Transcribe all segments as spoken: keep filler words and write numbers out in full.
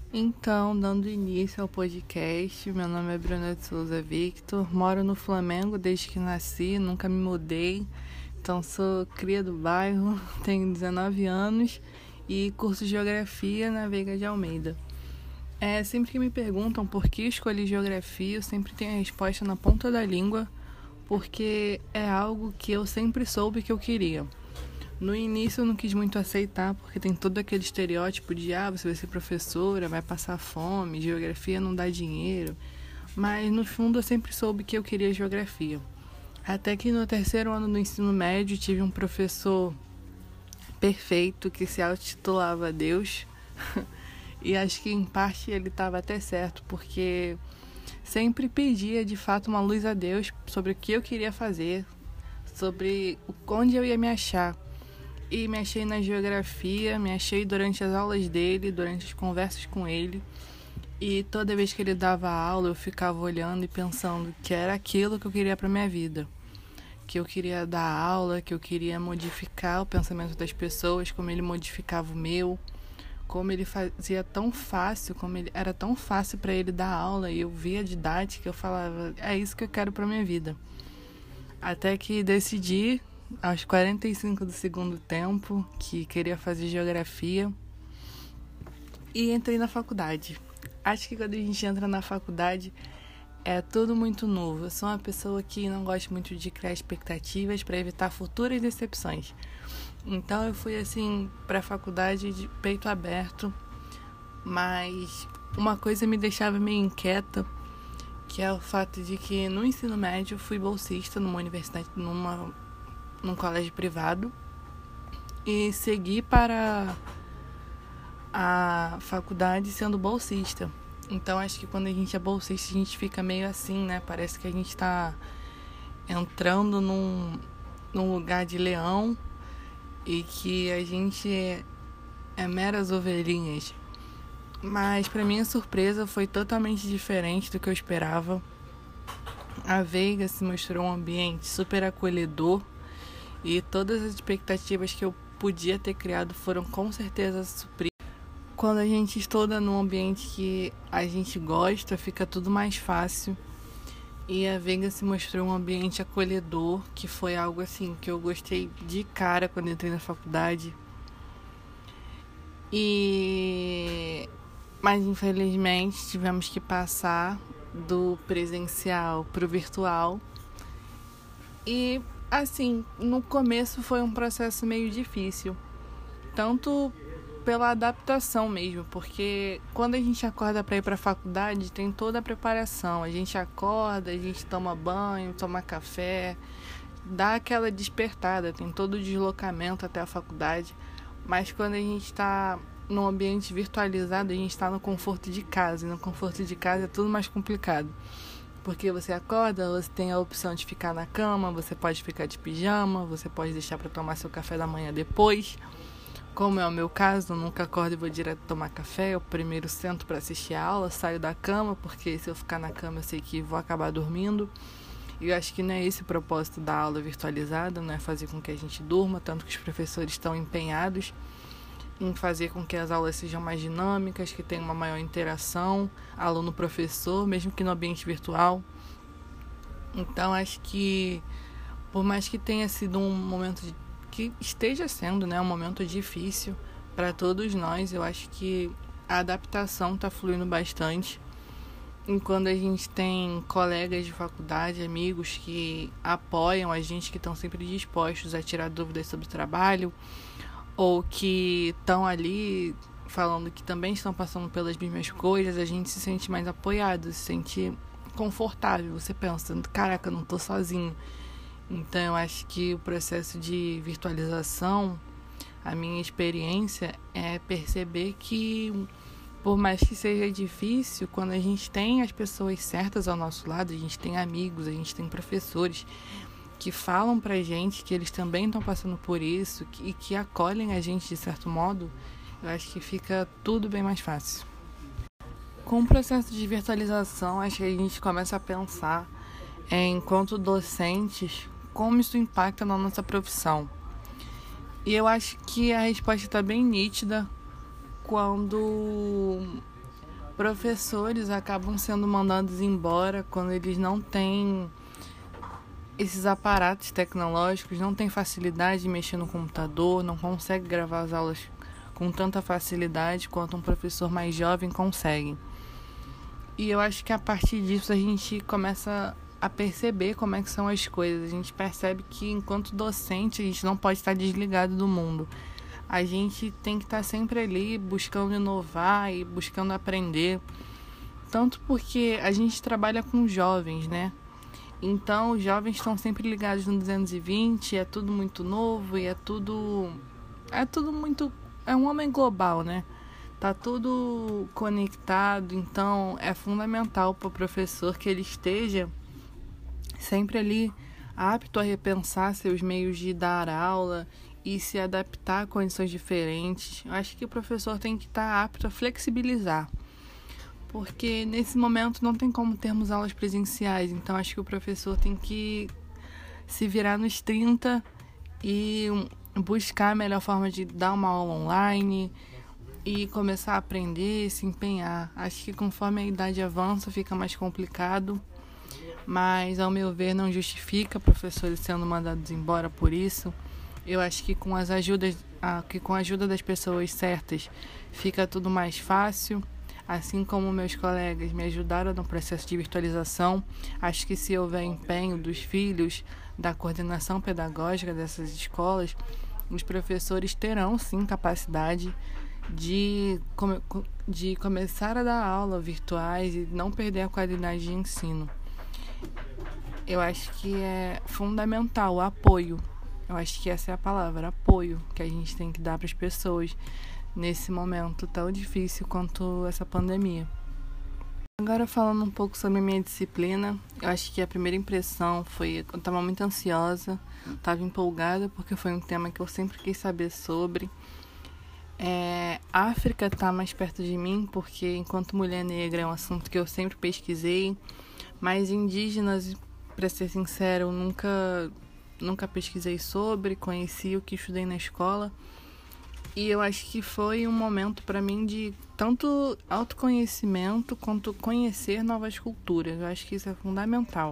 Então, dando início ao podcast, meu nome é Bruna de Souza Victor, moro no Flamengo desde que nasci, nunca me mudei, então sou cria do bairro, tenho dezenove anos e curso Geografia na Veiga de Almeida. É, sempre que me perguntam por que escolhi Geografia, eu sempre tenho a resposta na ponta da língua, porque é algo que eu sempre soube que eu queria. No início eu não quis muito aceitar, porque tem todo aquele estereótipo de ah, você vai ser professora, vai passar fome, geografia não dá dinheiro. Mas no fundo eu sempre soube que eu queria geografia. Até que no terceiro ano do ensino médio tive um professor perfeito que se auto-titulava Deus. E acho que em parte ele estava até certo, porque sempre pedia de fato uma luz a Deus sobre o que eu queria fazer, sobre onde eu ia me achar. E me achei na geografia, me achei durante as aulas dele, durante as conversas com ele. E toda vez que ele dava aula, eu ficava olhando e pensando que era aquilo que eu queria para minha vida. Que eu queria dar aula, que eu queria modificar o pensamento das pessoas, como ele modificava o meu. Como ele fazia tão fácil, como ele era tão fácil para ele dar aula. E eu via a didática, eu falava, é isso que eu quero para minha vida. Até que decidi, aos quarenta e cinco do segundo tempo, que queria fazer geografia e entrei na faculdade. Acho que quando a gente entra na faculdade é tudo muito novo. Eu sou uma pessoa que não gosta muito de criar expectativas para evitar futuras decepções. Então eu fui assim para a faculdade de peito aberto, mas uma coisa me deixava meio inquieta, que é o fato de que no ensino médio eu fui bolsista numa universidade, numa num colégio privado e segui para a faculdade sendo bolsista. Então acho que quando a gente é bolsista a gente fica meio assim, né? Parece que a gente está entrando num, num lugar de leão e que a gente é, é meras ovelhinhas. Mas para minha surpresa foi totalmente diferente do que eu esperava. A Veiga se mostrou um ambiente super acolhedor. E todas as expectativas que eu podia ter criado foram com certeza supridas. Quando a gente estuda num ambiente que a gente gosta, fica tudo mais fácil. E a Veiga se mostrou um ambiente acolhedor, que foi algo assim que eu gostei de cara quando entrei na faculdade. E mas infelizmente tivemos que passar do presencial para o virtual. E assim, no começo foi um processo meio difícil, tanto pela adaptação mesmo, porque quando a gente acorda para ir para a faculdade, tem toda a preparação. A gente acorda, a gente toma banho, toma café, dá aquela despertada, tem todo o deslocamento até a faculdade. Mas quando a gente está num ambiente virtualizado, a gente está no conforto de casa, e no conforto de casa é tudo mais complicado. Porque você acorda, você tem a opção de ficar na cama, você pode ficar de pijama, você pode deixar para tomar seu café da manhã depois. Como é o meu caso, eu nunca acordo e vou direto tomar café. Eu primeiro sento para assistir a aula, saio da cama, porque se eu ficar na cama eu sei que vou acabar dormindo. E eu acho que não é esse o propósito da aula virtualizada, não é fazer com que a gente durma, tanto que os professores estão empenhados em fazer com que as aulas sejam mais dinâmicas, que tenha uma maior interação aluno-professor, mesmo que no ambiente virtual. Então, acho que, por mais que tenha sido um momento, de, que esteja sendo, né, um momento difícil para todos nós, eu acho que a adaptação está fluindo bastante. E quando a gente tem colegas de faculdade, amigos que apoiam a gente, que estão sempre dispostos a tirar dúvidas sobre o trabalho, ou que estão ali falando que também estão passando pelas mesmas coisas, a gente se sente mais apoiado, se sente confortável. Você pensa, caraca, eu não estou sozinho. Então eu acho que o processo de virtualização, a minha experiência é perceber que, por mais que seja difícil, quando a gente tem as pessoas certas ao nosso lado, a gente tem amigos, a gente tem professores que falam pra gente que eles também estão passando por isso e que acolhem a gente de certo modo, eu acho que fica tudo bem mais fácil. Com o processo de virtualização, acho que a gente começa a pensar, é, enquanto docentes, como isso impacta na nossa profissão. E eu acho que a resposta está bem nítida quando professores acabam sendo mandados embora quando eles não têm esses aparatos tecnológicos, não têm facilidade de mexer no computador, não conseguem gravar as aulas com tanta facilidade quanto um professor mais jovem consegue. E eu acho que a partir disso a gente começa a perceber como é que são as coisas. A gente percebe que enquanto docente a gente não pode estar desligado do mundo. A gente tem que estar sempre ali buscando inovar e buscando aprender. Tanto porque a gente trabalha com jovens, né? Então os jovens estão sempre ligados no duzentos e vinte, é tudo muito novo e é tudo... É tudo muito... É um homem global, né? Tá tudo conectado, então é fundamental para o professor que ele esteja sempre ali apto a repensar seus meios de dar aula e se adaptar a condições diferentes. Eu acho que o professor tem que estar apto a flexibilizar, porque nesse momento não tem como termos aulas presenciais, então acho que o professor tem que se virar nos trinta e buscar a melhor forma de dar uma aula online e começar a aprender, se empenhar. Acho que conforme a idade avança fica mais complicado, mas ao meu ver não justifica professores sendo mandados embora por isso. Eu acho que com as ajudas, ah, que com a ajuda das pessoas certas fica tudo mais fácil. Assim como meus colegas me ajudaram no processo de virtualização, acho que se houver empenho dos filhos, da coordenação pedagógica dessas escolas, os professores terão sim capacidade de, come, de começar a dar aula virtuais e não perder a qualidade de ensino. Eu acho que é fundamental o apoio. Eu acho que essa é a palavra, apoio, que a gente tem que dar para as pessoas nesse momento tão difícil quanto essa pandemia. Agora falando um pouco sobre a minha disciplina, eu acho que a primeira impressão foi... Eu estava muito ansiosa, estava empolgada porque foi um tema que eu sempre quis saber sobre. É, a África está mais perto de mim porque enquanto mulher negra é um assunto que eu sempre pesquisei, mas indígenas, para ser sincero, eu nunca... Nunca pesquisei sobre, conheci o que estudei na escola. E eu acho que foi um momento para mim de tanto autoconhecimento quanto conhecer novas culturas. Eu acho que isso é fundamental.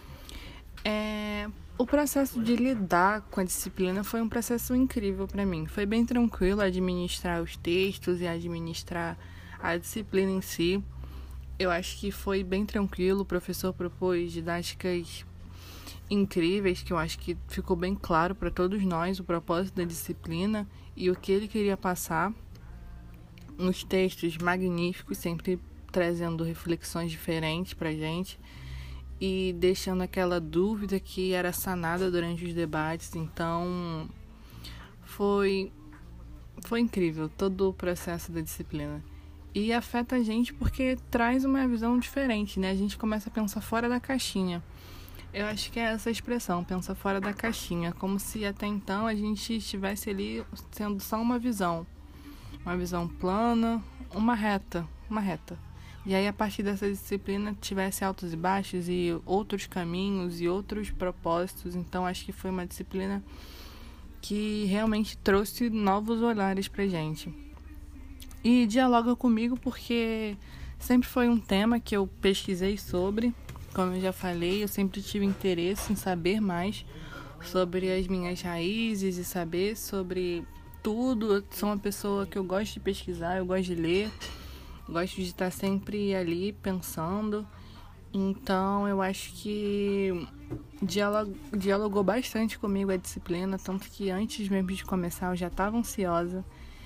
É, o processo de lidar com a disciplina foi um processo incrível para mim. Foi bem tranquilo administrar os textos e administrar a disciplina em si. Eu acho que foi bem tranquilo. O professor propôs didáticas incríveis, que eu acho que ficou bem claro para todos nós o propósito da disciplina e o que ele queria passar. Nos textos magníficos, sempre trazendo reflexões diferentes para a gente e deixando aquela dúvida que era sanada durante os debates. Então foi, foi incrível todo o processo da disciplina. E afeta a gente porque traz uma visão diferente, né? A gente começa a pensar fora da caixinha. Eu acho que é essa expressão, pensa fora da caixinha, como se até então a gente estivesse ali sendo só uma visão, uma visão plana, uma reta, uma reta. E aí a partir dessa disciplina tivesse altos e baixos e outros caminhos e outros propósitos. Então acho que foi uma disciplina que realmente trouxe novos olhares pra gente. E dialoga comigo porque sempre foi um tema que eu pesquisei sobre. Como eu já falei, eu sempre tive interesse em saber mais sobre as minhas raízes e saber sobre tudo. Eu sou uma pessoa que eu gosto de pesquisar, eu gosto de ler, gosto de estar sempre ali pensando. Então eu acho que dialog- dialogou bastante comigo a disciplina, tanto que antes mesmo de começar eu já estava ansiosa.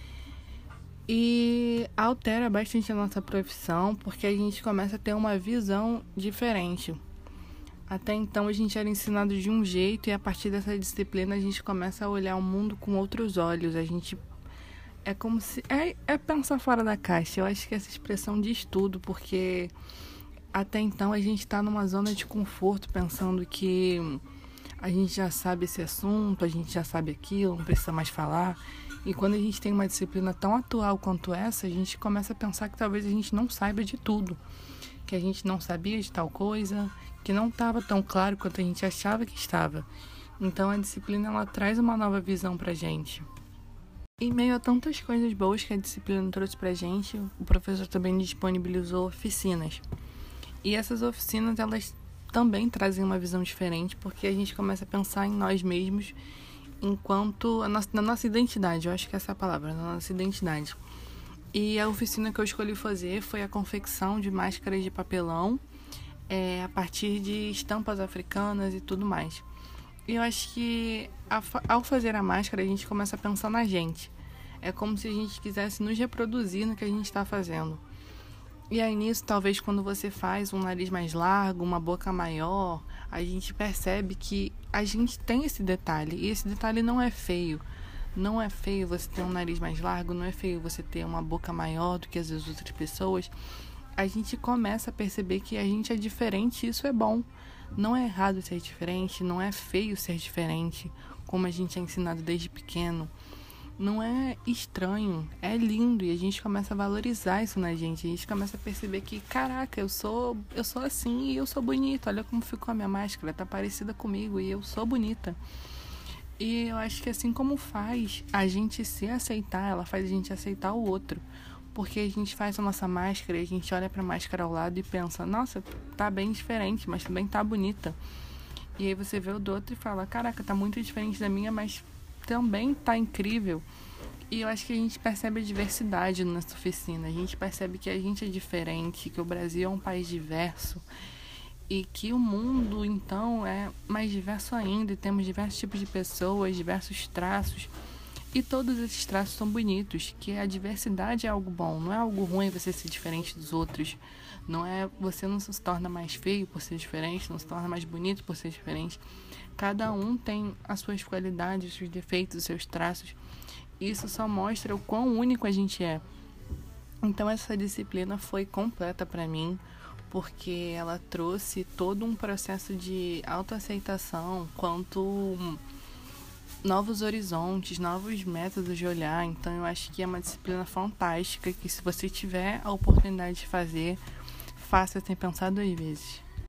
E altera bastante a nossa profissão, porque a gente começa a ter uma visão diferente. Até então a gente era ensinado de um jeito e a partir dessa disciplina a gente começa a olhar o mundo com outros olhos. A gente é como se... É, é pensar fora da caixa. Eu acho que essa expressão diz tudo, porque até então a gente está numa zona de conforto, pensando que a gente já sabe esse assunto, a gente já sabe aquilo, não precisa mais falar. E quando a gente tem uma disciplina tão atual quanto essa, a gente começa a pensar que talvez a gente não saiba de tudo, que a gente não sabia de tal coisa, que não estava tão claro quanto a gente achava que estava. Então a disciplina ela traz uma nova visão pra gente. Em meio a tantas coisas boas que a disciplina trouxe pra gente, o professor também disponibilizou oficinas. E essas oficinas, elas também trazem uma visão diferente, porque a gente começa a pensar em nós mesmos enquanto a nossa, na nossa identidade, eu acho que essa é a palavra, na nossa identidade. E a oficina que eu escolhi fazer foi a confecção de máscaras de papelão, é, a partir de estampas africanas e tudo mais. E eu acho que ao fazer a máscara, a gente começa a pensar na gente. É como se a gente quisesse nos reproduzir no que a gente está fazendo. E aí nisso, talvez quando você faz um nariz mais largo, uma boca maior, a gente percebe que a gente tem esse detalhe. E esse detalhe não é feio. Não é feio você ter um nariz mais largo, não é feio você ter uma boca maior do que as outras pessoas. A gente começa a perceber que a gente é diferente e isso é bom. Não é errado ser diferente, não é feio ser diferente, como a gente é ensinado desde pequeno. Não é estranho, é lindo e a gente começa a valorizar isso na gente. A gente começa a perceber que, caraca, eu sou, eu sou assim e eu sou bonita. Olha como ficou a minha máscara, tá parecida comigo e eu sou bonita. E eu acho que assim como faz a gente se aceitar, ela faz a gente aceitar o outro. Porque a gente faz a nossa máscara e a gente olha pra máscara ao lado e pensa, nossa, tá bem diferente, mas também tá bonita. E aí você vê o do outro e fala, caraca, tá muito diferente da minha, mas também tá incrível. E eu acho que a gente percebe a diversidade na nossa oficina. A gente percebe que a gente é diferente, que o Brasil é um país diverso. E que o mundo, então, é mais diverso ainda. E temos diversos tipos de pessoas, diversos traços. E todos esses traços são bonitos, que a diversidade é algo bom, não é algo ruim você ser diferente dos outros. Não é, você não se torna mais feio por ser diferente, não se torna mais bonito por ser diferente. Cada um tem as suas qualidades, os seus defeitos, os seus traços. Isso só mostra o quão único a gente é. Então essa disciplina foi completa para mim, porque ela trouxe todo um processo de autoaceitação, quanto novos horizontes, novos métodos de olhar. Então eu acho que é uma disciplina fantástica que, se você tiver a oportunidade de fazer, faça sem pensar duas vezes.